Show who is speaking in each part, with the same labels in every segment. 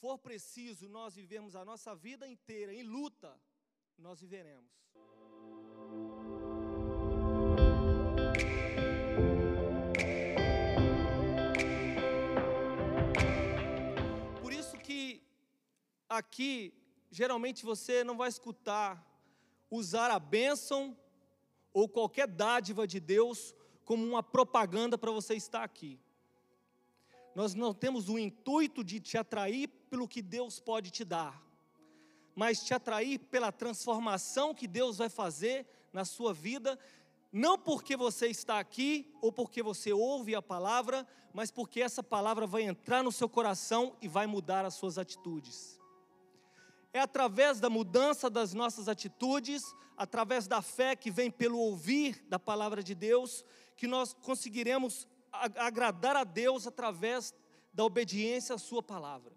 Speaker 1: for preciso nós vivermos a nossa vida inteira em luta, nós viveremos. Por isso que aqui, geralmente você não vai escutar usar a bênção ou qualquer dádiva de Deus como uma propaganda para você estar aqui. Nós não temos o intuito de te atrair pelo que Deus pode te dar, mas te atrair pela transformação que Deus vai fazer na sua vida, não porque você está aqui, ou porque você ouve a palavra, mas porque essa palavra vai entrar no seu coração e vai mudar as suas atitudes. É através da mudança das nossas atitudes, através da fé que vem pelo ouvir da palavra de Deus, que nós conseguiremos agradar a Deus através da obediência à sua palavra.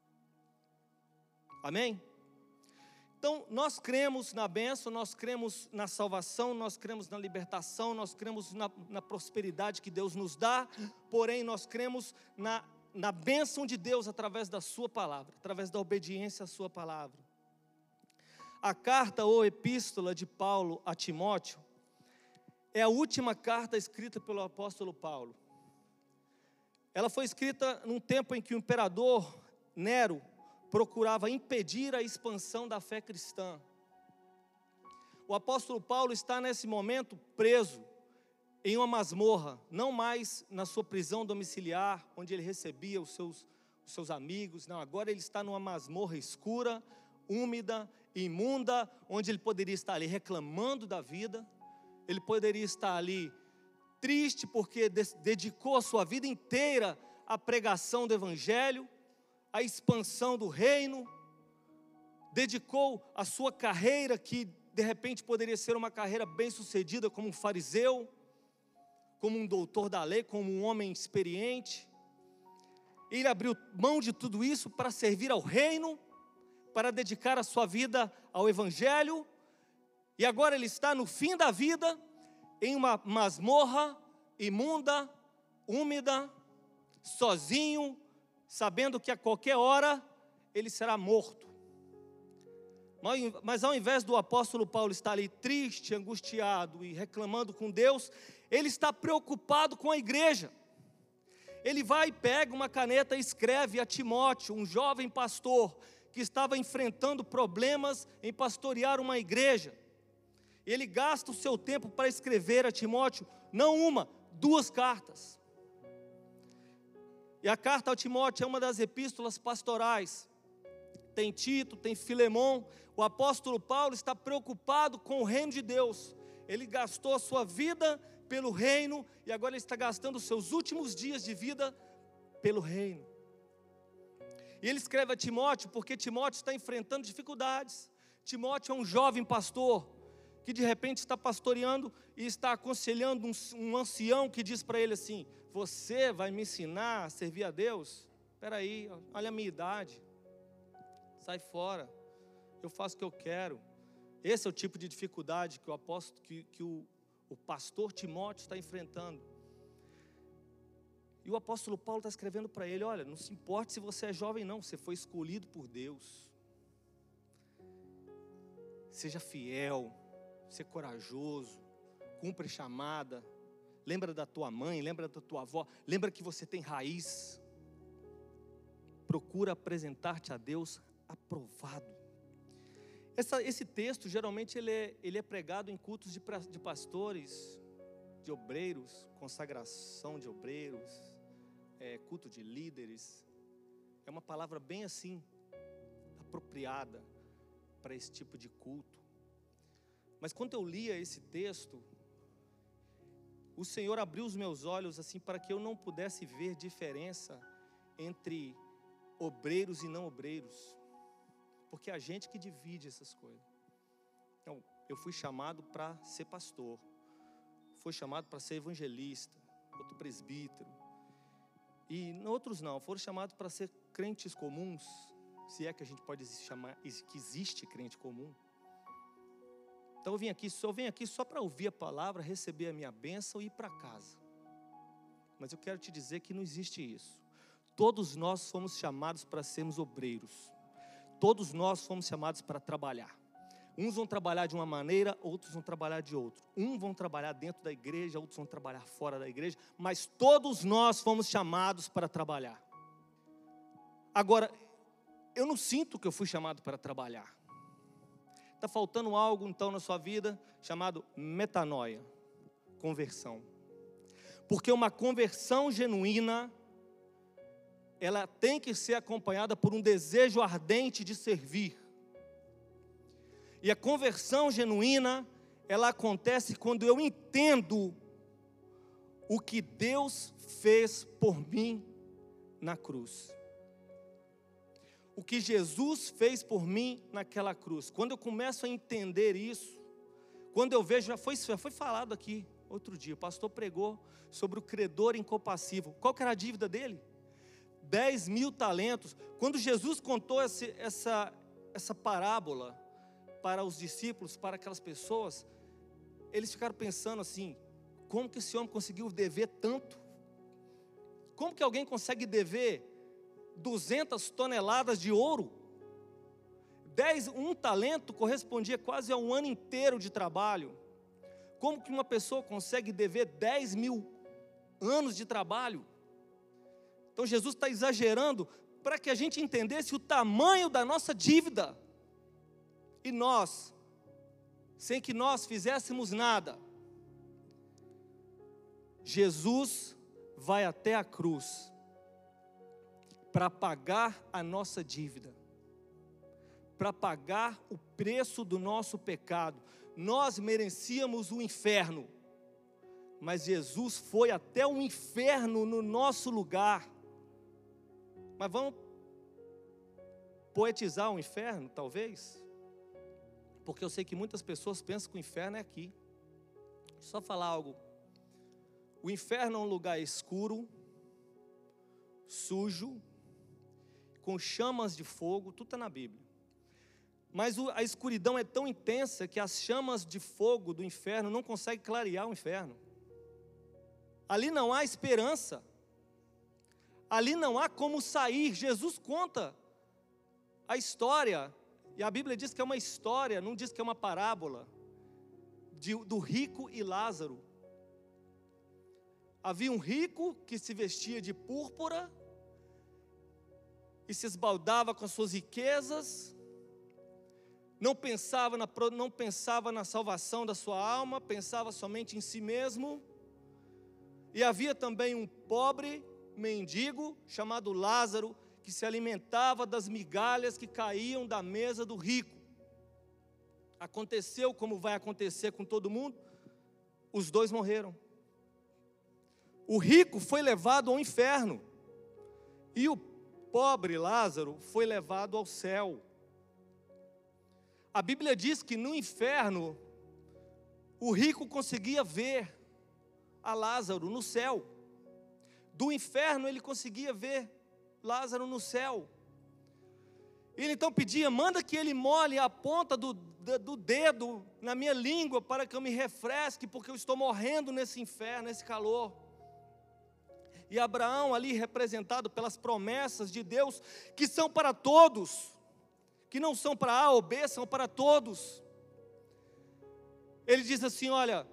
Speaker 1: Amém? Então, nós cremos na bênção, nós cremos na salvação, nós cremos na libertação, nós cremos na prosperidade que Deus nos dá, porém nós cremos na bênção de Deus através da sua palavra, através da obediência à sua palavra. A carta ou epístola de Paulo a Timóteo é a última carta escrita pelo apóstolo Paulo. Ela foi escrita num tempo em que o imperador Nero procurava impedir a expansão da fé cristã. O apóstolo Paulo está nesse momento preso em uma masmorra, não mais na sua prisão domiciliar, onde ele recebia os seus amigos, não, agora ele está numa masmorra escura, úmida, imunda, onde ele poderia estar ali reclamando da vida, ele poderia estar ali triste porque dedicou a sua vida inteira à pregação do evangelho, à expansão do reino, dedicou a sua carreira, que de repente poderia ser uma carreira bem-sucedida como um fariseu, como um doutor da lei, como um homem experiente. Ele abriu mão de tudo isso para servir ao reino, para dedicar a sua vida ao evangelho, e agora ele está no fim da vida, em uma masmorra imunda, úmida, sozinho, sabendo que a qualquer hora ele será morto. Mas ao invés do apóstolo Paulo estar ali triste, angustiado e reclamando com Deus, ele está preocupado com a igreja. Ele vai e pega uma caneta e escreve a Timóteo, um jovem pastor, que estava enfrentando problemas em pastorear uma igreja. Ele gasta o seu tempo para escrever a Timóteo, não uma, 2 cartas. E a carta a Timóteo é uma das epístolas pastorais. Tem Tito, tem Filemão. O apóstolo Paulo está preocupado com o reino de Deus. Ele gastou a sua vida pelo reino e agora ele está gastando os seus últimos dias de vida pelo reino. E ele escreve a Timóteo porque Timóteo está enfrentando dificuldades. Timóteo é um jovem pastor que de repente está pastoreando e está aconselhando um ancião que diz para ele assim: você vai me ensinar a servir a Deus? Espera aí, olha a minha idade, sai fora, eu faço o que eu quero. Esse é o tipo de dificuldade que o pastor Timóteo está enfrentando. E o apóstolo Paulo está escrevendo para ele: olha, não se importe se você é jovem não, você foi escolhido por Deus. Seja fiel, seja corajoso, cumpre chamada, lembra da tua mãe, lembra da tua avó, lembra que você tem raiz. Procura apresentar-te a Deus aprovado. Esse texto, geralmente, ele é pregado em cultos de pastores, de obreiros, consagração de obreiros, culto de líderes. É uma palavra bem assim, apropriada para esse tipo de culto. Mas quando eu lia esse texto, o Senhor abriu os meus olhos assim para que eu não pudesse ver diferença entre obreiros e não obreiros, porque é a gente que divide essas coisas. Então, eu fui chamado para ser pastor, fui chamado para ser evangelista, outro presbítero, e outros não, foram chamados para ser crentes comuns, se é que a gente pode chamar que existe crente comum. Então eu venho aqui só para ouvir a palavra, receber a minha bênção e ir para casa. Mas eu quero te dizer que não existe isso. Todos nós fomos chamados para sermos obreiros. Todos nós fomos chamados para trabalhar. Uns vão trabalhar de uma maneira, outros vão trabalhar de outra. Uns vão trabalhar dentro da igreja, outros vão trabalhar fora da igreja. Mas todos nós fomos chamados para trabalhar. Agora, eu não sinto que eu fui chamado para trabalhar. Está faltando algo então na sua vida chamado metanoia, conversão. Porque uma conversão genuína, ela tem que ser acompanhada por um desejo ardente de servir. E a conversão genuína, ela acontece quando eu entendo o que Deus fez por mim na cruz. O que Jesus fez por mim naquela cruz. Quando eu começo a entender isso, quando eu vejo, já foi falado aqui outro dia, o pastor pregou sobre o credor incompassível. Qual que era a dívida dele? 10.000 talentos. Quando Jesus contou essa parábola para os discípulos, para aquelas pessoas, eles ficaram pensando assim, como que esse homem conseguiu dever tanto? Como que alguém consegue dever 200 toneladas de ouro? Um talento correspondia quase a um ano inteiro de trabalho. Como que uma pessoa consegue dever 10.000 anos de trabalho? Então Jesus está exagerando para que a gente entendesse o tamanho da nossa dívida. E nós, sem que nós fizéssemos nada, Jesus vai até a cruz para pagar a nossa dívida, para pagar o preço do nosso pecado. Nós merecíamos o inferno, mas Jesus foi até o inferno no nosso lugar. Mas vamos poetizar o inferno, talvez? Porque eu sei que muitas pessoas pensam que o inferno é aqui. Só falar algo. O inferno é um lugar escuro, sujo, com chamas de fogo, tudo está na Bíblia. Mas a escuridão é tão intensa que as chamas de fogo do inferno não conseguem clarear o inferno. Ali não há esperança. Ali não há como sair. Jesus conta a história, e a Bíblia diz que é uma história, não diz que é uma parábola, do rico e Lázaro. Havia um rico que se vestia de púrpura e se esbaldava com as suas riquezas, não pensava na salvação da sua alma, pensava somente em si mesmo. E havia também um pobre mendigo chamado Lázaro, que se alimentava das migalhas que caíam da mesa do rico. Aconteceu como vai acontecer com todo mundo, os dois morreram. O rico foi levado ao inferno, e o pobre Lázaro foi levado ao céu. A Bíblia diz que no inferno, o rico conseguia ver a Lázaro no céu. Do inferno ele conseguia ver Lázaro no céu. Ele então pedia, manda que ele molhe a ponta do dedo na minha língua para que eu me refresque, porque eu estou morrendo nesse inferno, nesse calor. E Abraão ali representado pelas promessas de Deus, que são para todos, que não são para A ou B, são para todos. Ele diz assim, olha,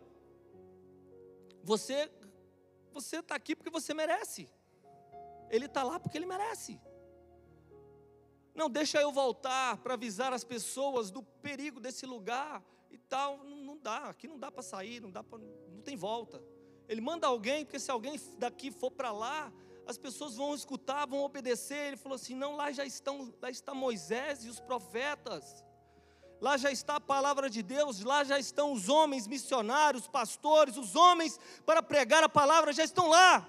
Speaker 1: você está aqui porque você merece. Ele está lá porque ele merece. Não, deixa eu voltar para avisar as pessoas do perigo desse lugar e tal. Não dá, aqui não dá para sair, não tem volta. Ele manda alguém, porque se alguém daqui for para lá, as pessoas vão escutar, vão obedecer. Ele falou assim, não, lá está Moisés e os profetas. Lá já está a palavra de Deus, lá já estão os homens missionários, pastores, os homens para pregar a palavra já estão lá.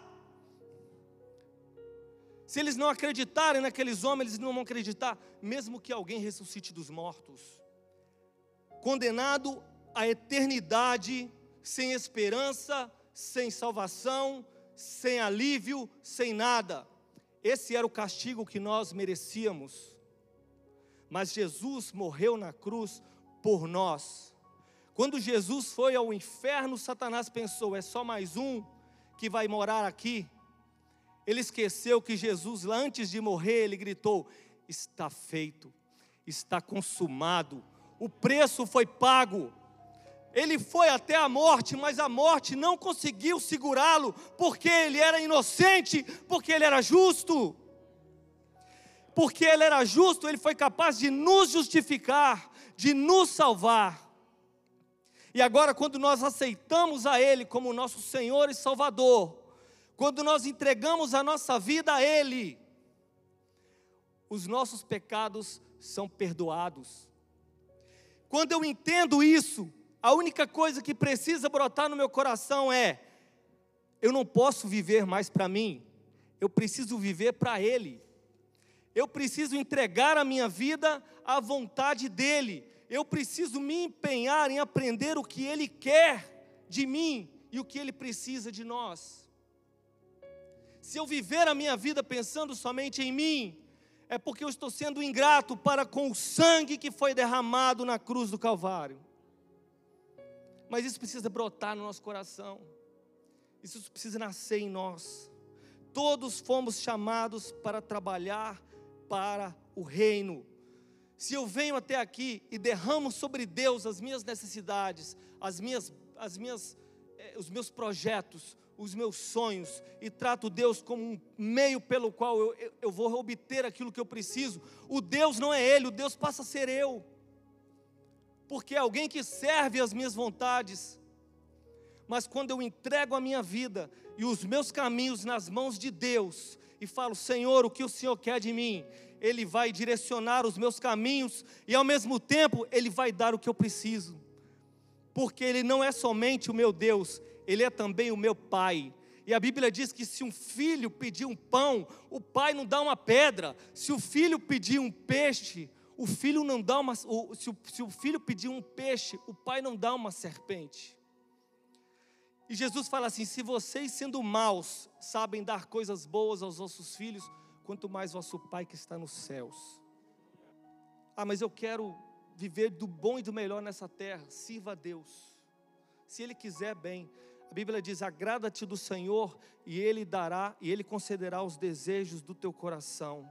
Speaker 1: Se eles não acreditarem naqueles homens, eles não vão acreditar, mesmo que alguém ressuscite dos mortos. Condenado à eternidade, sem esperança, sem salvação, sem alívio, sem nada. Esse era o castigo que nós merecíamos. Mas Jesus morreu na cruz por nós. Quando Jesus foi ao inferno, Satanás pensou, é só mais um que vai morar aqui. Ele esqueceu que Jesus, lá antes de morrer, ele gritou: está feito, está consumado, o preço foi pago. Ele foi até a morte, mas a morte não conseguiu segurá-lo, porque ele era inocente, porque ele era justo. Porque ele era justo, ele foi capaz de nos justificar, de nos salvar. E agora, quando nós aceitamos a Ele como nosso Senhor e Salvador, quando nós entregamos a nossa vida a Ele, os nossos pecados são perdoados. Quando eu entendo isso, a única coisa que precisa brotar no meu coração é: eu não posso viver mais para mim, eu preciso viver para Ele. Eu preciso entregar a minha vida à vontade dEle. Eu preciso me empenhar em aprender o que Ele quer de mim e o que Ele precisa de nós. Se eu viver a minha vida pensando somente em mim, é porque eu estou sendo ingrato para com o sangue que foi derramado na cruz do Calvário. Mas isso precisa brotar no nosso coração. Isso precisa nascer em nós. Todos fomos chamados para trabalhar para o reino. Se eu venho até aqui e derramo sobre Deus as minhas necessidades, os meus projetos, os meus sonhos, e trato Deus como um meio pelo qual eu vou obter aquilo que eu preciso, o Deus não é Ele, o Deus passa a ser eu, porque é alguém que serve às minhas vontades. Mas quando eu entrego a minha vida e os meus caminhos nas mãos de Deus, e falo: Senhor, o que o Senhor quer de mim? Ele vai direcionar os meus caminhos, e ao mesmo tempo, Ele vai dar o que eu preciso, porque Ele não é somente o meu Deus, Ele é também o meu Pai. E a Bíblia diz que se um filho pedir um pão, o pai não dá uma pedra. Se o filho pedir um peixe, o filho não dá uma. Se o filho pedir um peixe, o pai não dá uma serpente. E Jesus fala assim: se vocês, sendo maus, sabem dar coisas boas aos vossos filhos, quanto mais vosso Pai que está nos céus. Ah, mas eu quero viver do bom e do melhor nessa terra. Sirva a Deus, se Ele quiser, bem. A Bíblia diz: agrada-te do Senhor, e Ele dará, e Ele concederá os desejos do teu coração.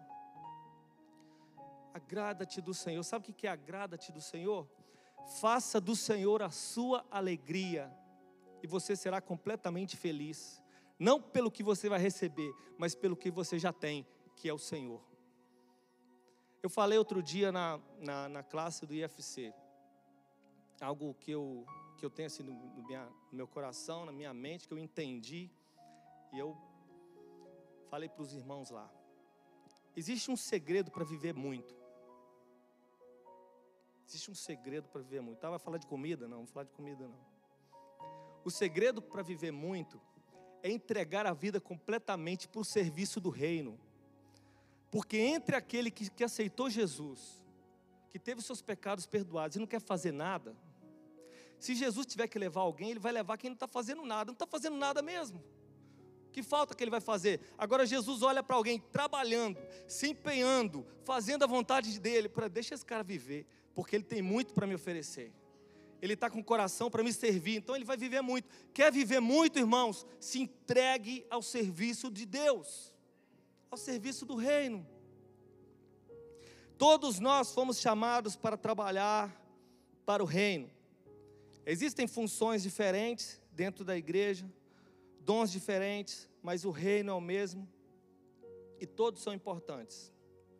Speaker 1: Agrada-te do Senhor. Sabe o que é agrada-te do Senhor? Faça do Senhor a sua alegria, e você será completamente feliz. Não pelo que você vai receber, mas pelo que você já tem, que é o Senhor. Eu falei outro dia na classe do IFC, algo que eu tenho assim no meu coração, na minha mente, que eu entendi, e eu falei para os irmãos lá. Existe um segredo para viver muito. Existe um segredo para viver muito. Vai falar de comida? Não, vou falar de comida não. O segredo para viver muito é entregar a vida completamente para o serviço do reino. Porque entre aquele que aceitou Jesus, que teve seus pecados perdoados e não quer fazer nada, se Jesus tiver que levar alguém, Ele vai levar quem não está fazendo nada. Não está fazendo nada mesmo. Que falta que Ele vai fazer? Agora Jesus olha para alguém trabalhando, se empenhando, fazendo a vontade dEle, deixa esse cara viver, porque ele tem muito para me oferecer. Ele está com o coração para me servir, então ele vai viver muito. Quer viver muito, irmãos? Se entregue ao serviço de Deus, ao serviço do reino. Todos nós fomos chamados para trabalhar para o reino. Existem funções diferentes dentro da igreja, dons diferentes, mas o reino é o mesmo e todos são importantes.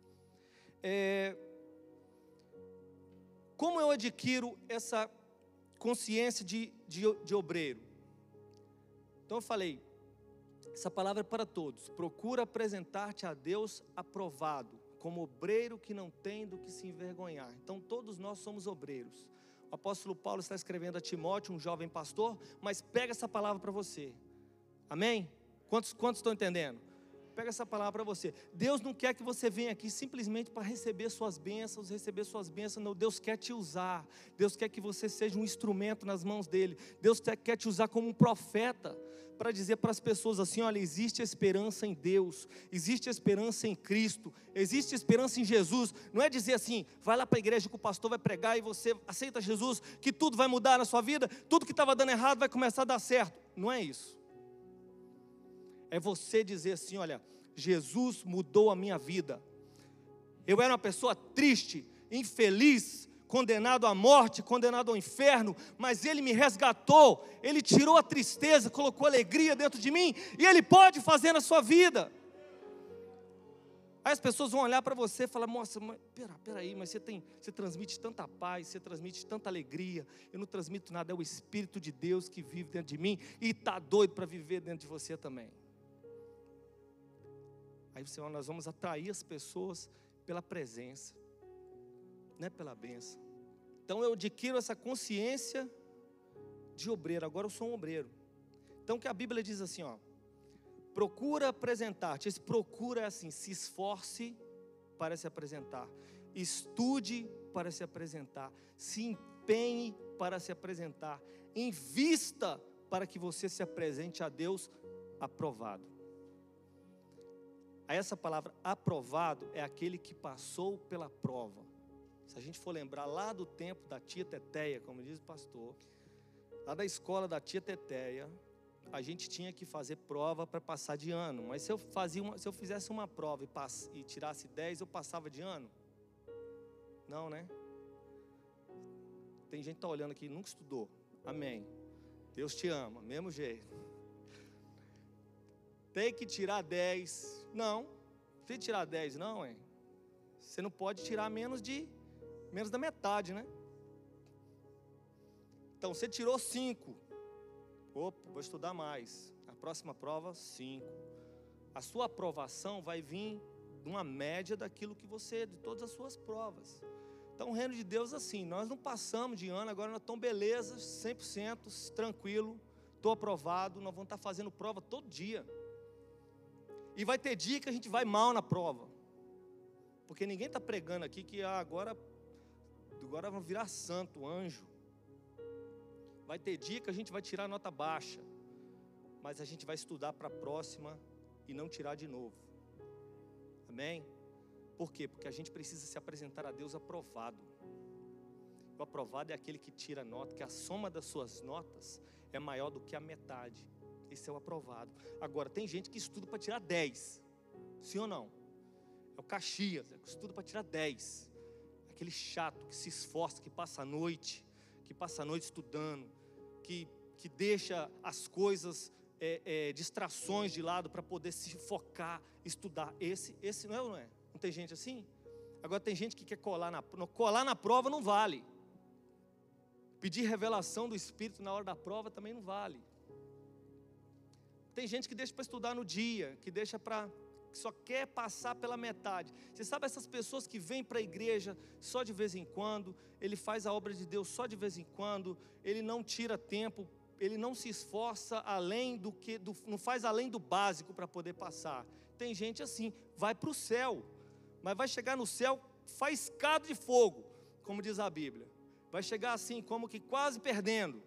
Speaker 1: Como eu adquiro essa consciência de obreiro? Então eu falei, essa palavra é para todos. Procura apresentar-te a Deus aprovado, como obreiro que não tem do que se envergonhar. Então todos nós somos obreiros. O apóstolo Paulo está escrevendo a Timóteo, um jovem pastor, mas pega essa palavra para você. Amém? Quantos estão entendendo? Pega essa palavra para você. Deus não quer que você venha aqui simplesmente para receber suas bênçãos. Não, Deus quer te usar. Deus quer que você seja um instrumento nas mãos dEle. Deus quer te usar como um profeta, para dizer para as pessoas assim: olha, existe esperança em Deus, existe esperança em Cristo, existe esperança em Jesus. Não é dizer assim, vai lá para a igreja que o pastor vai pregar e você aceita Jesus, que tudo vai mudar na sua vida, tudo que estava dando errado vai começar a dar certo. Não é isso. É você dizer assim: olha, Jesus mudou a minha vida. Eu era uma pessoa triste, infeliz, condenado à morte, condenado ao inferno, mas Ele me resgatou, Ele tirou a tristeza, colocou alegria dentro de mim, e Ele pode fazer na sua vida. Aí as pessoas vão olhar para você e falar: nossa, peraí, mas você transmite tanta paz, você transmite tanta alegria. Eu não transmito nada, é o Espírito de Deus que vive dentro de mim e está doido para viver dentro de você também. Aí nós vamos atrair as pessoas pela presença, não é pela bênção. Então eu adquiro essa consciência de obreiro, agora eu sou um obreiro. Então que a Bíblia diz assim, ó: procura apresentar-te. Esse procura é assim: se esforce para se apresentar, estude para se apresentar, se empenhe para se apresentar, invista para que você se apresente a Deus aprovado. Aí essa palavra aprovado é aquele que passou pela prova. Se a gente for lembrar lá do tempo da tia Teteia, como diz o pastor, lá da escola da tia Teteia, a gente tinha que fazer prova para passar de ano. Mas se eu fizesse uma prova e tirasse 10, eu passava de ano? Não, né? Tem gente que está olhando aqui, nunca estudou. Amém. Deus te ama, mesmo jeito. Tem que tirar 10. Não, não tem que tirar 10 não, hein? Você não pode tirar menos da metade, né? Então, você tirou 5. Opa, vou estudar mais. A próxima prova, 5. A sua aprovação vai vir de uma média daquilo que você, de todas as suas provas. Então, o reino de Deus é assim: nós não passamos de ano, agora nós estamos beleza, 100%, tranquilo, estou aprovado, nós vamos estar fazendo prova todo dia. E vai ter dia que a gente vai mal na prova, porque ninguém está pregando aqui que agora vamos virar santo, anjo. Vai ter dia que a gente vai tirar nota baixa, mas a gente vai estudar para a próxima e não tirar de novo. Amém? Por quê? Porque a gente precisa se apresentar a Deus aprovado. O aprovado é aquele que tira nota, que a soma das suas notas é maior do que a metade. Esse é o aprovado. Agora, tem gente que estuda para tirar 10. Sim ou não? É o Caxias, que estuda para tirar 10. Aquele chato que se esforça, que passa a noite estudando, que deixa as coisas, distrações de lado para poder se focar, estudar. Esse não é ou não é? Não tem gente assim? Agora tem gente que quer colar na prova, não vale. Pedir revelação do Espírito na hora da prova também não vale. Tem gente que deixa para estudar no dia, que só quer passar pela metade. Você sabe essas pessoas que vêm para a igreja só de vez em quando, ele faz a obra de Deus só de vez em quando, ele não tira tempo, ele não se esforça não faz além do básico para poder passar. Tem gente assim, vai para o céu, mas vai chegar no céu faiscado de fogo, como diz a Bíblia. Vai chegar assim, como que quase perdendo.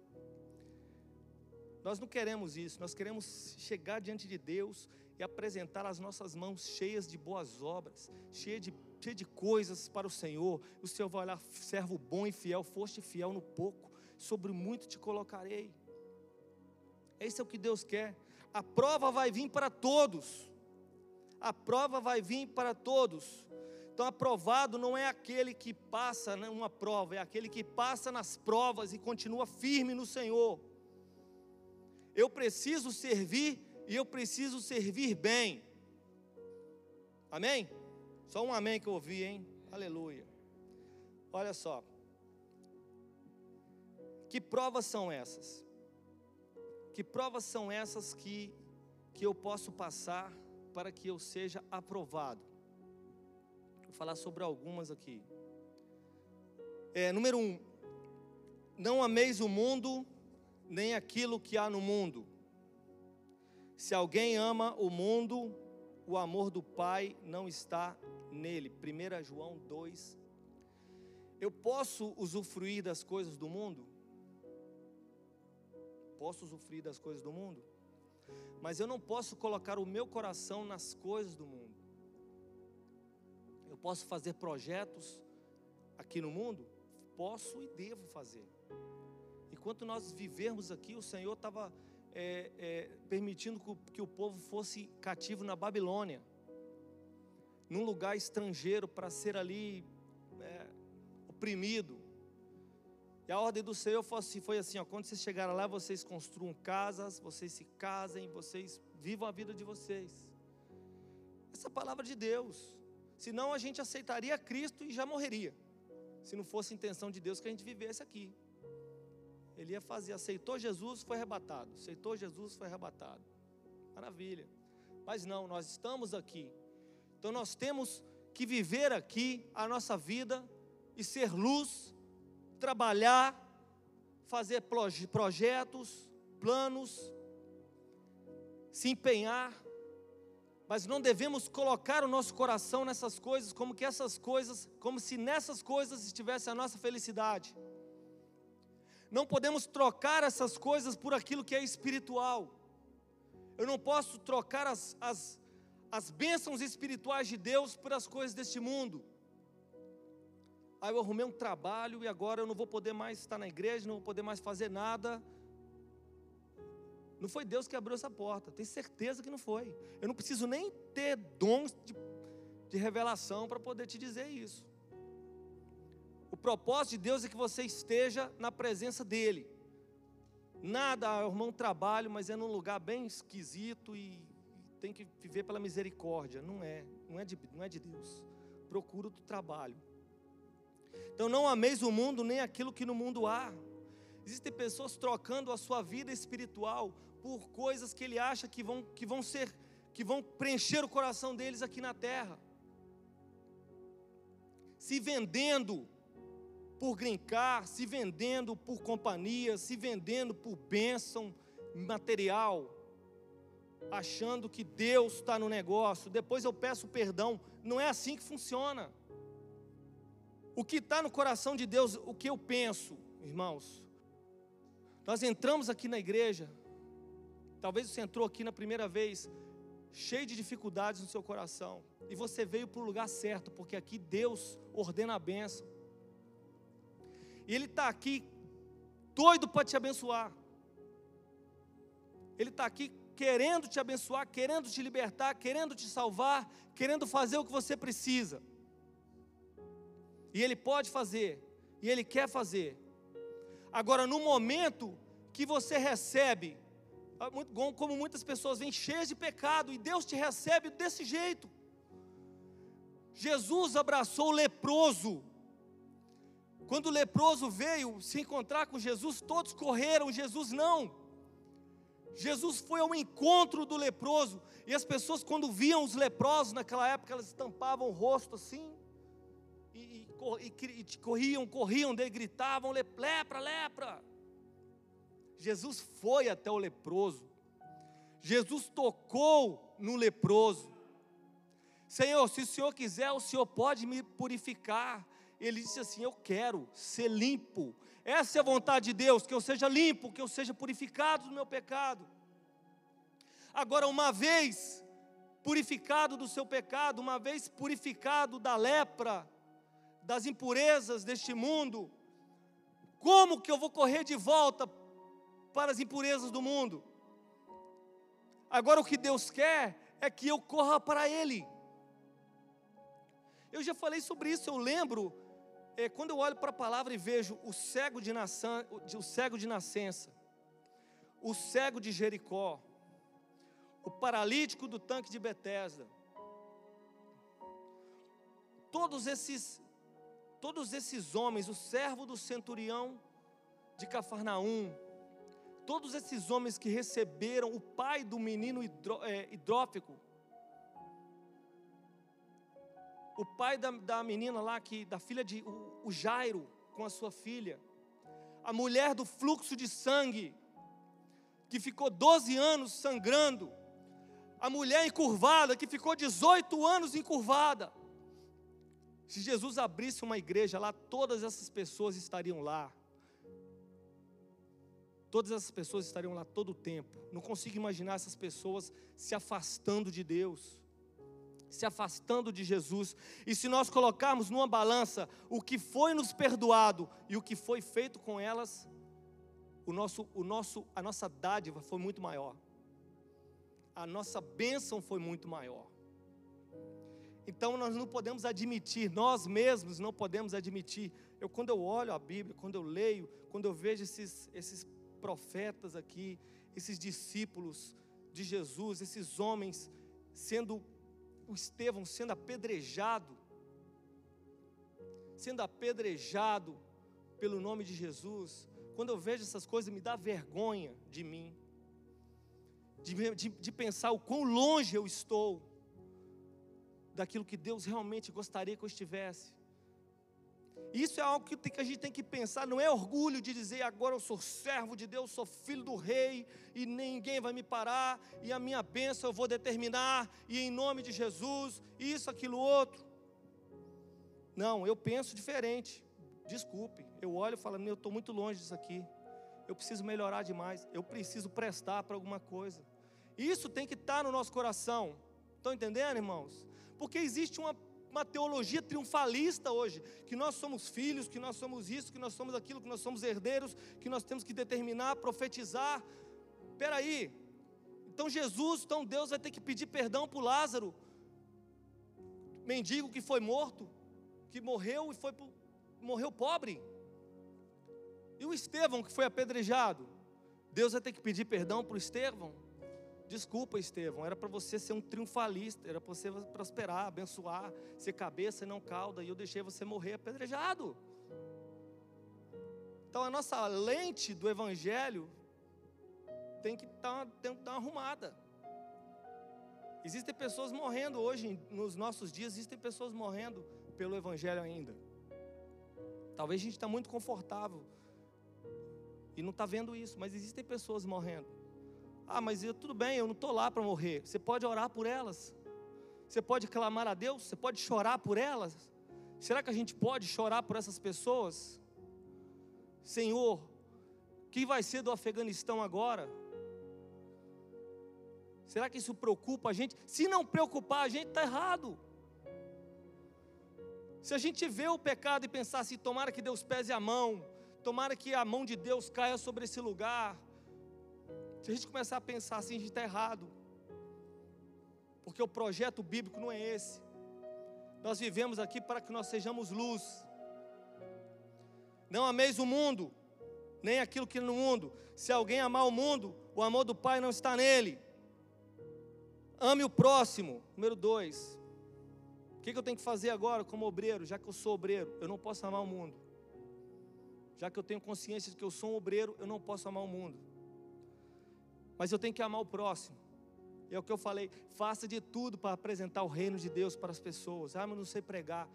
Speaker 1: Nós não queremos isso, nós queremos chegar diante de Deus e apresentar as nossas mãos cheias de boas obras, cheia de coisas para o Senhor. O Senhor vai olhar: servo bom e fiel, foste fiel no pouco, sobre muito te colocarei. Esse é o que Deus quer. A prova vai vir para todos. A prova vai vir para todos. Então, aprovado não é aquele que passa uma prova, é aquele que passa nas provas e continua firme no Senhor. Eu preciso servir e eu preciso servir bem. Amém? Só um amém que eu ouvi, hein? Aleluia. Olha só. Que provas são essas? Que provas são essas que eu posso passar para que eu seja aprovado? Vou falar sobre algumas aqui. Número 1. Não ameis o mundo, nem aquilo que há no mundo. Se alguém ama o mundo, o amor do Pai não está nele. 1 João 2. Eu posso usufruir das coisas do mundo? Posso usufruir das coisas do mundo? Mas eu não posso colocar o meu coração nas coisas do mundo. Eu posso fazer projetos aqui no mundo? Posso e devo fazer. Enquanto nós vivermos aqui, o Senhor estava permitindo que o povo fosse cativo na Babilônia, num lugar estrangeiro, para ser ali oprimido. E a ordem do Senhor foi assim, quando vocês chegarem lá, vocês construam casas, vocês se casem, vocês vivam a vida de vocês. Essa é a palavra de Deus. Senão a gente aceitaria Cristo e já morreria, se não fosse a intenção de Deus que a gente vivesse aqui. Ele ia fazer, aceitou Jesus, foi arrebatado. Aceitou Jesus, foi arrebatado. Maravilha. Mas não, nós estamos aqui. Então nós temos que viver aqui a nossa vida e ser luz, trabalhar, fazer projetos, planos, se empenhar. Mas não devemos colocar o nosso coração nessas coisas, como se nessas coisas estivesse a nossa felicidade. Não podemos trocar essas coisas por aquilo que é espiritual. Eu não posso trocar as bênçãos espirituais de Deus por as coisas deste mundo. Eu arrumei um trabalho e agora eu não vou poder mais estar na igreja, não vou poder mais fazer nada. Não foi Deus que abriu essa porta, tenho certeza que não foi. Eu não preciso nem ter dons de revelação para poder te dizer isso. O propósito de Deus é que você esteja na presença dEle. Nada, eu arrumei um trabalho, mas é num lugar bem esquisito e tem que viver pela misericórdia. Não é de Deus. Procura outro trabalho. Então não ameis o mundo, nem aquilo que no mundo há. Existem pessoas trocando a sua vida espiritual por coisas que ele acha que vão preencher o coração deles aqui na terra. Se vendendo por green card, se vendendo por companhia, se vendendo por bênção material, achando que Deus está no negócio. Depois eu peço perdão. Não é assim que funciona. O que está no coração de Deus, o que eu penso, irmãos? Nós entramos aqui na igreja, talvez você entrou aqui na primeira vez, cheio de dificuldades no seu coração, e você veio para o lugar certo, porque aqui Deus ordena a bênção, e Ele está aqui, doido para te abençoar, Ele está aqui querendo te abençoar, querendo te libertar, querendo te salvar, querendo fazer o que você precisa, e Ele pode fazer, e Ele quer fazer. Agora, no momento que você recebe, como muitas pessoas vêm cheias de pecado, e Deus te recebe desse jeito. Jesus abraçou o leproso. Quando o leproso veio se encontrar com Jesus, todos correram, Jesus não. Jesus foi ao encontro do leproso, e as pessoas, quando viam os leprosos naquela época, elas tampavam o rosto assim, e corriam dele, gritavam: lepra, lepra. Jesus foi até o leproso, Jesus tocou no leproso. Senhor, se o Senhor quiser, o Senhor pode me purificar. Ele disse assim: eu quero ser limpo. Essa é a vontade de Deus, que eu seja limpo, que eu seja purificado do meu pecado. Agora, uma vez purificado do seu pecado, uma vez purificado da lepra, das impurezas deste mundo, como que eu vou correr de volta para as impurezas do mundo? Agora o que Deus quer é que eu corra para Ele. Eu já falei sobre isso, eu lembro, quando eu olho para a palavra e vejo o cego de nascença, o cego de Jericó, o paralítico do tanque de Betesda, todos esses homens, o servo do centurião de Cafarnaum, todos esses homens que receberam o pai do menino hidrópico, o pai da menina lá, da filha de o Jairo, com a sua filha, a mulher do fluxo de sangue, que ficou 12 anos sangrando, a mulher encurvada, que ficou 18 anos encurvada. Se Jesus abrisse uma igreja lá, todas essas pessoas estariam lá. Todas essas pessoas estariam lá todo o tempo. Não consigo imaginar essas pessoas se afastando de Deus, se afastando de Jesus. E se nós colocarmos numa balança o que foi nos perdoado e o que foi feito com elas, a nossa dádiva foi muito maior. A nossa bênção foi muito maior. Então nós não podemos admitir, nós mesmos não podemos admitir. Quando eu olho a Bíblia, quando eu leio, quando eu vejo esses profetas aqui, esses discípulos de Jesus, esses homens o Estevão sendo apedrejado pelo nome de Jesus. Quando eu vejo essas coisas, me dá vergonha de mim, de pensar o quão longe eu estou daquilo que Deus realmente gostaria que eu estivesse. Isso é algo que a gente tem que pensar. Não é orgulho de dizer agora eu sou servo de Deus, sou filho do rei e ninguém vai me parar, e a minha bênção eu vou determinar, e em nome de Jesus, isso, aquilo, outro. Não, eu penso diferente. Desculpe, eu olho e falo, eu estou muito longe disso aqui, eu preciso melhorar demais, eu preciso prestar para alguma coisa. Isso tem que estar no nosso coração. Estão entendendo, irmãos? Porque existe uma teologia triunfalista hoje, que nós somos filhos, que nós somos isso, que nós somos aquilo, que nós somos herdeiros, que nós temos que determinar, profetizar. Espera aí, então Deus vai ter que pedir perdão para o Lázaro, mendigo que foi morto, que morreu e morreu pobre. E o Estevão que foi apedrejado, Deus vai ter que pedir perdão para o Estevão? Desculpa, Estevão, era para você ser um triunfalista, era para você prosperar, abençoar, ser cabeça e não cauda, e eu deixei você morrer apedrejado. Então a nossa lente do Evangelho tem que dar uma arrumada. Existem pessoas morrendo hoje, nos nossos dias, existem pessoas morrendo pelo Evangelho ainda. Talvez a gente está muito confortável e não está vendo isso, mas existem pessoas morrendo. Mas tudo bem, eu não estou lá para morrer. Você pode orar por elas, você pode clamar a Deus, você pode chorar por elas. Será que a gente pode chorar por essas pessoas? Senhor, o que vai ser do Afeganistão agora? Será que isso preocupa a gente? Se não preocupar a gente, está errado. Se a gente vê o pecado e pensar assim, tomara que Deus pese a mão, tomara que a mão de Deus caia sobre esse lugar. Se a gente começar a pensar assim, a gente está errado. Porque o projeto bíblico não é esse. Nós vivemos aqui para que nós sejamos luz. Não ameis o mundo, nem aquilo que é no mundo. Se alguém amar o mundo, o amor do Pai não está nele. Ame o próximo. Número 2. O que eu tenho que fazer agora como obreiro? Já que eu sou obreiro, eu não posso amar o mundo. Já que eu tenho consciência de que eu sou um obreiro, eu não posso amar o mundo. Mas eu tenho que amar o próximo. É o que eu falei, faça de tudo para apresentar o reino de Deus para as pessoas. Mas não sei pregar.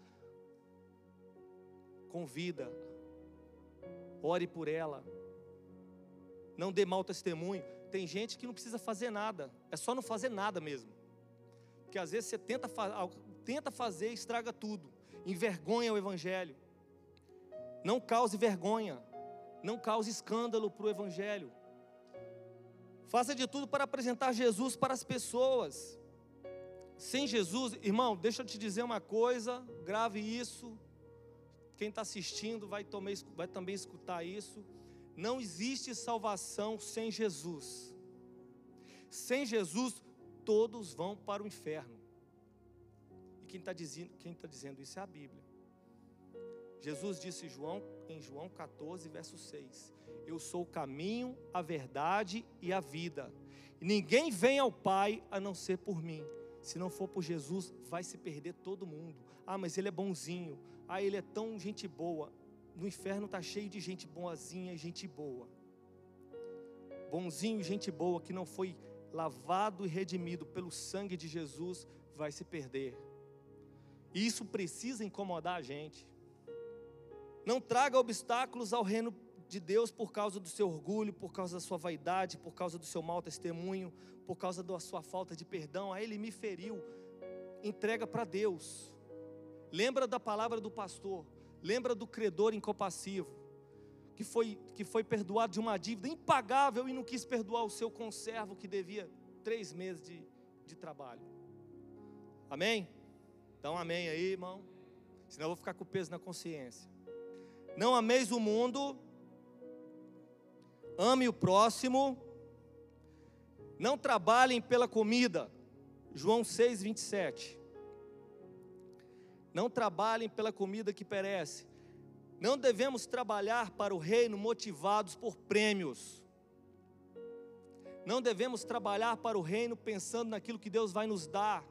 Speaker 1: Convida. Ore por ela. Não dê mau testemunho. Tem gente que não precisa fazer nada. É só não fazer nada mesmo. Porque às vezes você tenta fazer e estraga tudo. Envergonha o Evangelho. Não cause vergonha. Não cause escândalo para o Evangelho. Faça de tudo para apresentar Jesus para as pessoas. Sem Jesus, irmão, deixa eu te dizer uma coisa, grave isso. Quem está assistindo vai também escutar isso. Não existe salvação sem Jesus. Sem Jesus, todos vão para o inferno. E quem está dizendo isso é a Bíblia. Jesus disse em João 14, verso 6. Eu sou o caminho, a verdade e a vida. E ninguém vem ao Pai a não ser por mim. Se não for por Jesus, vai se perder todo mundo. Mas ele é bonzinho. Ele é tão gente boa. No inferno está cheio de gente boazinha e gente boa. Bonzinho e gente boa que não foi lavado e redimido pelo sangue de Jesus, vai se perder. E isso precisa incomodar a gente. Não traga obstáculos ao reino de Deus por causa do seu orgulho, por causa da sua vaidade, por causa do seu mau testemunho, por causa da sua falta de perdão. Ele me feriu. Entrega para Deus. Lembra da palavra do pastor. Lembra do credor incompassivo, que foi perdoado de uma dívida impagável e não quis perdoar o seu conservo que devia 3 meses de trabalho. Amém? Dá um amém aí, irmão. Senão eu vou ficar com peso na consciência. Não ameis o mundo. ame o próximo, não trabalhem pela comida. João 6:27. Não trabalhem pela comida que perece. Não devemos trabalhar para o reino motivados por prêmios. Não devemos trabalhar para o reino pensando naquilo que Deus vai nos dar.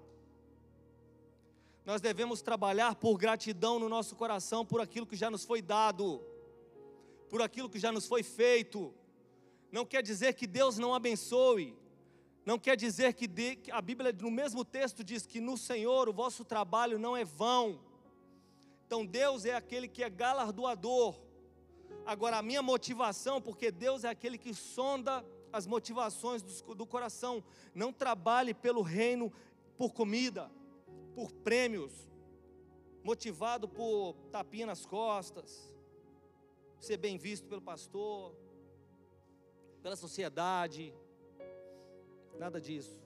Speaker 1: Nós devemos trabalhar por gratidão no nosso coração, por aquilo que já nos foi dado, por aquilo que já nos foi feito. Não quer dizer que Deus não abençoe. Não quer dizer que a Bíblia no mesmo texto diz que no Senhor o vosso trabalho não é vão. Então Deus é aquele que é galardoador. Agora a minha motivação, porque Deus é aquele que sonda as motivações do coração. Não trabalhe pelo reino por comida, por prêmios, motivado por tapinha nas costas, ser bem visto pelo pastor, pela sociedade. Nada disso.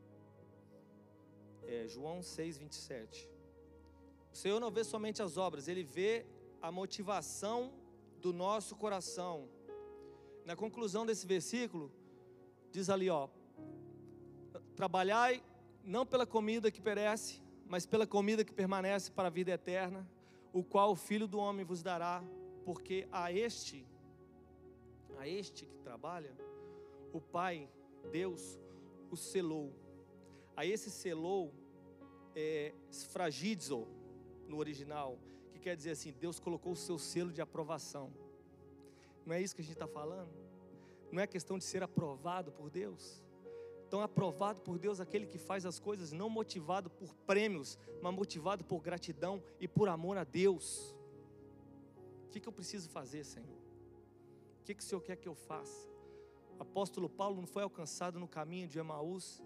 Speaker 1: João 6:27. O Senhor não vê somente as obras, Ele vê a motivação do nosso coração. Na conclusão desse versículo, diz ali, trabalhai não pela comida que perece, mas pela comida que permanece para a vida eterna, o qual o Filho do Homem vos dará, porque a este que trabalha, o Pai, Deus, o selou. A esse selou é sfragizo no original, que quer dizer assim, Deus colocou o seu selo de aprovação. Não é isso que a gente está falando? Não é questão de ser aprovado por Deus? Então, aprovado por Deus, aquele que faz as coisas não motivado por prêmios, mas motivado por gratidão e por amor a Deus. O que eu preciso fazer, Senhor? O que o Senhor quer que eu faça? O apóstolo Paulo não foi alcançado no caminho de Emaús.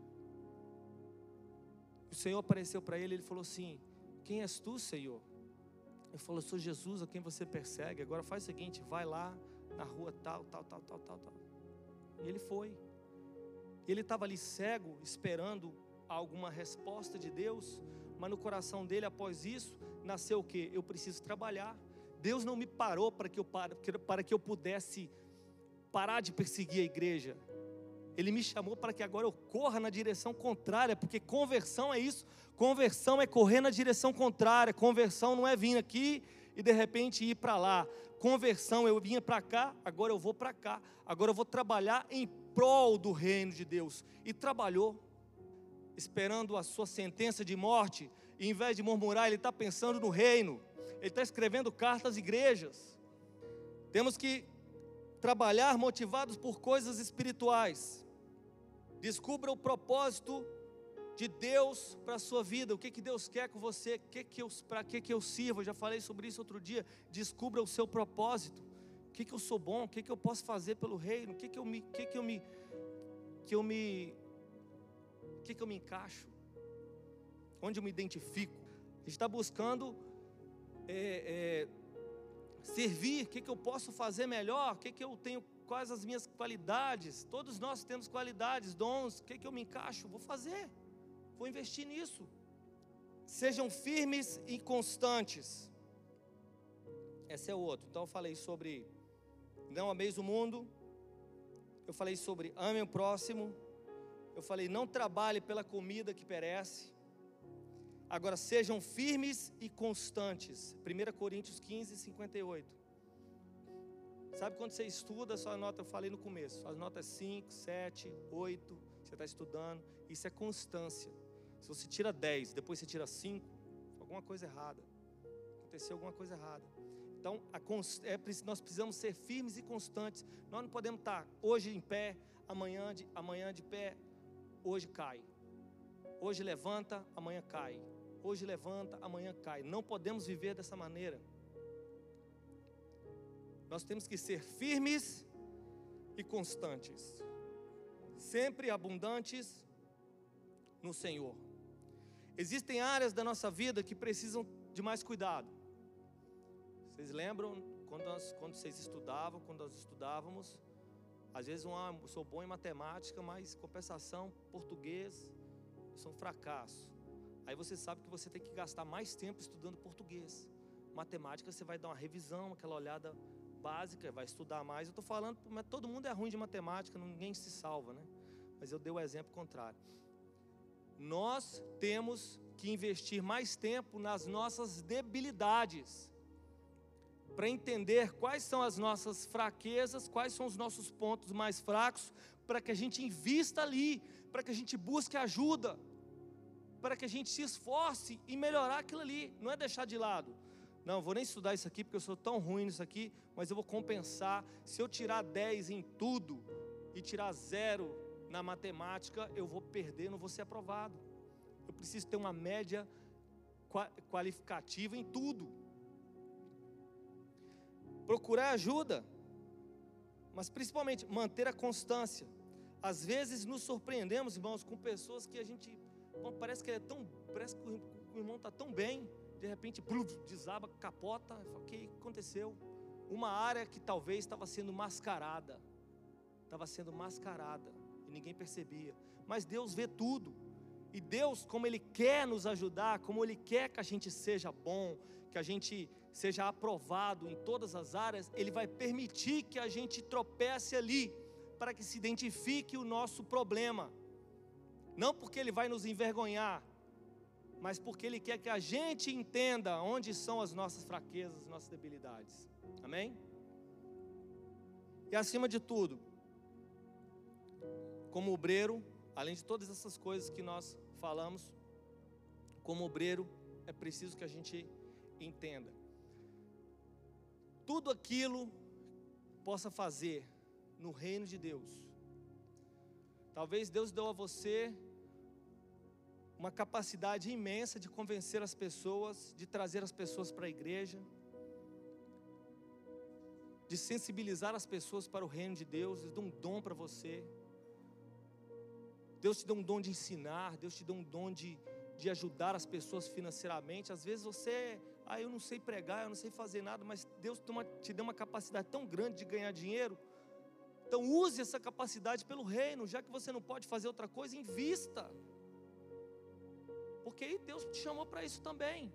Speaker 1: O Senhor apareceu para ele, ele falou assim: quem és tu, Senhor? Ele falou: eu sou Jesus a quem você persegue. Agora faz o seguinte, vai lá na rua tal. E ele foi. Ele estava ali cego, esperando alguma resposta de Deus, mas no coração dele, após isso, nasceu o quê? Eu preciso trabalhar. Deus não me parou para que eu pudesse parar de perseguir a igreja. Ele me chamou para que agora eu corra na direção contrária, porque conversão é isso. Conversão é correr na direção contrária. Conversão não é vir aqui e de repente ir para lá. Conversão, eu vinha para cá, agora eu vou para cá. Agora eu vou trabalhar em prol do reino de Deus. E trabalhou, esperando a sua sentença de morte. E em vez de murmurar, ele está pensando no reino. Ele está escrevendo cartas às igrejas. Temos que trabalhar motivados por coisas espirituais. Descubra o propósito de Deus para a sua vida. O que Deus quer com você? Para que eu sirvo? Eu já falei sobre isso outro dia. Descubra o seu propósito. O que eu sou bom? O que eu posso fazer pelo reino? O que eu me encaixo? Onde eu me identifico? A gente está buscando servir. O que eu posso fazer melhor? O que eu tenho? Quais as minhas qualidades? Todos nós temos qualidades, dons. O que eu me encaixo? Vou fazer. Vou investir nisso. Sejam firmes e constantes. Esse é o outro. Então eu falei sobre não ameis o mundo. Eu falei sobre ame o próximo. Eu falei não trabalhe pela comida que perece. Agora sejam firmes e constantes. 1 Coríntios 15:58. Sabe quando você estuda, sua nota, eu falei no começo, sua nota é 5, 7, 8, você está estudando, isso é constância. Se você tira 10, depois você tira 5, alguma coisa errada, aconteceu alguma coisa errada. Então, nós precisamos ser firmes e constantes. Nós não podemos estar hoje em pé, amanhã de pé, hoje cai. Hoje levanta, amanhã cai. Hoje levanta, amanhã cai. Não podemos viver dessa maneira. Nós temos que ser firmes e constantes, sempre abundantes no Senhor. Existem áreas da nossa vida que precisam de mais cuidado. Vocês lembram quando vocês estudavam, quando nós estudávamos? Às vezes eu sou bom em matemática, mas compensação, português, eu sou um fracasso. Aí você sabe que você tem que gastar mais tempo estudando português. Matemática você vai dar uma revisão, aquela olhada básica, vai estudar mais. Eu estou falando, mas todo mundo é ruim de matemática, ninguém se salva, né? Mas eu dei o exemplo contrário. Nós temos que investir mais tempo nas nossas debilidades, para entender quais são as nossas fraquezas, quais são os nossos pontos mais fracos, para que a gente invista ali, para que a gente busque ajuda, para que a gente se esforce em melhorar aquilo ali, não é deixar de lado. Não, vou nem estudar isso aqui, porque eu sou tão ruim nisso aqui, mas eu vou compensar. Se eu tirar 10 em tudo, e tirar 0 na matemática, eu vou perder, não vou ser aprovado. Eu preciso ter uma média qualificativa em tudo. Procurar ajuda, mas principalmente manter a constância. Às vezes nos surpreendemos, irmãos, com pessoas que a gente, parece que o irmão está tão bem, de repente, desaba, capota. Eu falo, o que aconteceu? Uma área que talvez estava sendo mascarada, e ninguém percebia. Mas Deus vê tudo, e Deus, como Ele quer nos ajudar, como Ele quer que a gente seja bom, que a gente seja aprovado em todas as áreas, Ele vai permitir que a gente tropece ali, para que se identifique o nosso problema. Não porque Ele vai nos envergonhar, mas porque Ele quer que a gente entenda onde são as nossas fraquezas, as nossas debilidades. Amém? E acima de tudo, como obreiro, além de todas essas coisas que nós falamos, como obreiro, é preciso que a gente entenda tudo aquilo possa fazer no reino de Deus. Talvez Deus deu a você uma capacidade imensa de convencer as pessoas, de trazer as pessoas para a igreja, de sensibilizar as pessoas para o reino de Deus. Deus deu um dom para você. Deus te deu um dom de ensinar, Deus te deu um dom de ajudar as pessoas financeiramente. Às vezes você, eu não sei pregar, eu não sei fazer nada, mas Deus te deu uma capacidade tão grande de ganhar dinheiro. Então use essa capacidade pelo reino. Já que você não pode fazer outra coisa, invista, porque aí Deus te chamou para isso também.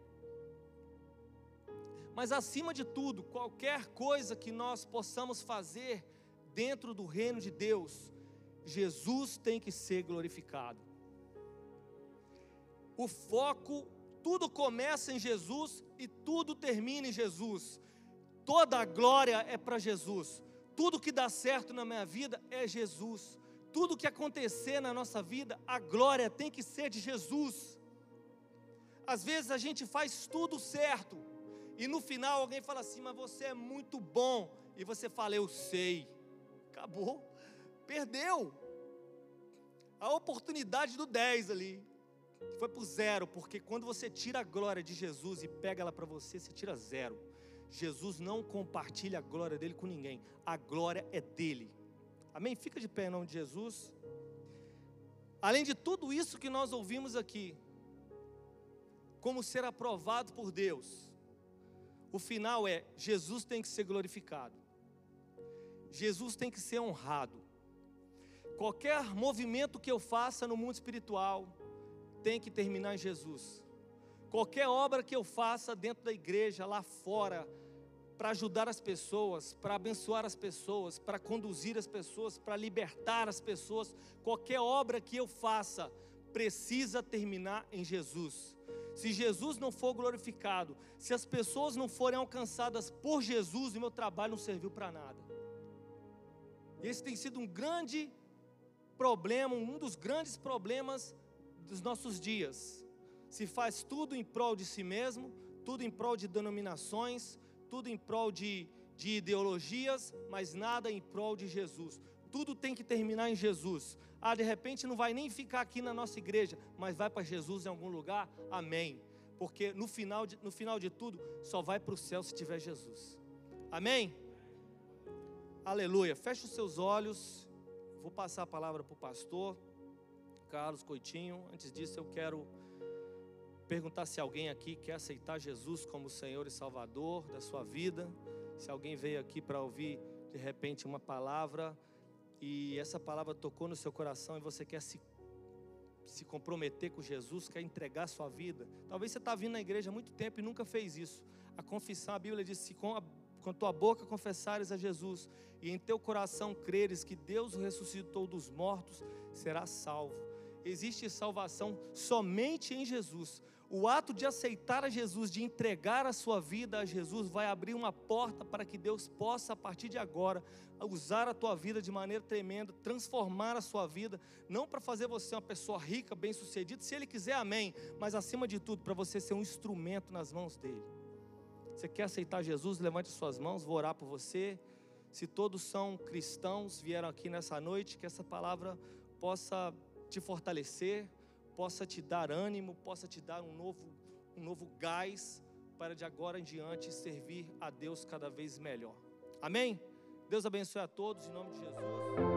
Speaker 1: Mas acima de tudo, qualquer coisa que nós possamos fazer dentro do reino de Deus, Jesus tem que ser glorificado. O foco, tudo começa em Jesus e tudo termina em Jesus. Toda a glória é para Jesus. Tudo que dá certo na minha vida é Jesus. Tudo que acontecer na nossa vida, a glória tem que ser de Jesus. Às vezes a gente faz tudo certo, e no final alguém fala assim, mas você é muito bom, e você fala, eu sei. Acabou, perdeu a oportunidade do 10 ali, foi para o 0, porque quando você tira a glória de Jesus e pega ela para você, você tira 0. Jesus não compartilha a glória dele com ninguém, a glória é dele. Amém? Fica de pé em nome de Jesus. Além de tudo isso que nós ouvimos aqui, como ser aprovado por Deus, o final é, Jesus tem que ser glorificado, Jesus tem que ser honrado. Qualquer movimento que eu faça no mundo espiritual tem que terminar em Jesus. Qualquer obra que eu faça dentro da igreja, lá fora, para ajudar as pessoas, para abençoar as pessoas, para conduzir as pessoas, para libertar as pessoas, qualquer obra que eu faça precisa terminar em Jesus. Se Jesus não for glorificado, se as pessoas não forem alcançadas por Jesus, o meu trabalho não serviu para nada. Esse tem sido um grande problema, um dos grandes problemas dos nossos dias. Se faz tudo em prol de si mesmo, tudo em prol de denominações, tudo em prol de ideologias, mas nada em prol de Jesus. Tudo tem que terminar em Jesus. De repente não vai nem ficar aqui na nossa igreja, mas vai para Jesus em algum lugar, amém. Porque no final de tudo, só vai para o céu se tiver Jesus. Amém? Aleluia. Feche os seus olhos. Vou passar a palavra para o pastor Carlos Coitinho. Antes disso eu quero perguntar se alguém aqui quer aceitar Jesus como Senhor e Salvador da sua vida. Se alguém veio aqui para ouvir de repente uma palavra e essa palavra tocou no seu coração e você quer se comprometer com Jesus, quer entregar a sua vida. Talvez você está vindo na igreja há muito tempo e nunca fez isso. A confissão, a Bíblia diz, com tua boca confessares a Jesus e em teu coração creres que Deus o ressuscitou dos mortos, serás salvo. Existe salvação somente em Jesus. O ato de aceitar a Jesus, de entregar a sua vida a Jesus, vai abrir uma porta para que Deus possa, a partir de agora, usar a tua vida de maneira tremenda, transformar a sua vida, não para fazer você uma pessoa rica, bem-sucedida, se Ele quiser, amém, mas acima de tudo, para você ser um instrumento nas mãos dEle. Você quer aceitar Jesus? Levante suas mãos, vou orar por você. Se todos são cristãos, vieram aqui nessa noite, que essa palavra possa te fortalecer, possa te dar ânimo, possa te dar um novo gás para de agora em diante servir a Deus cada vez melhor. Amém? Deus abençoe a todos em nome de Jesus.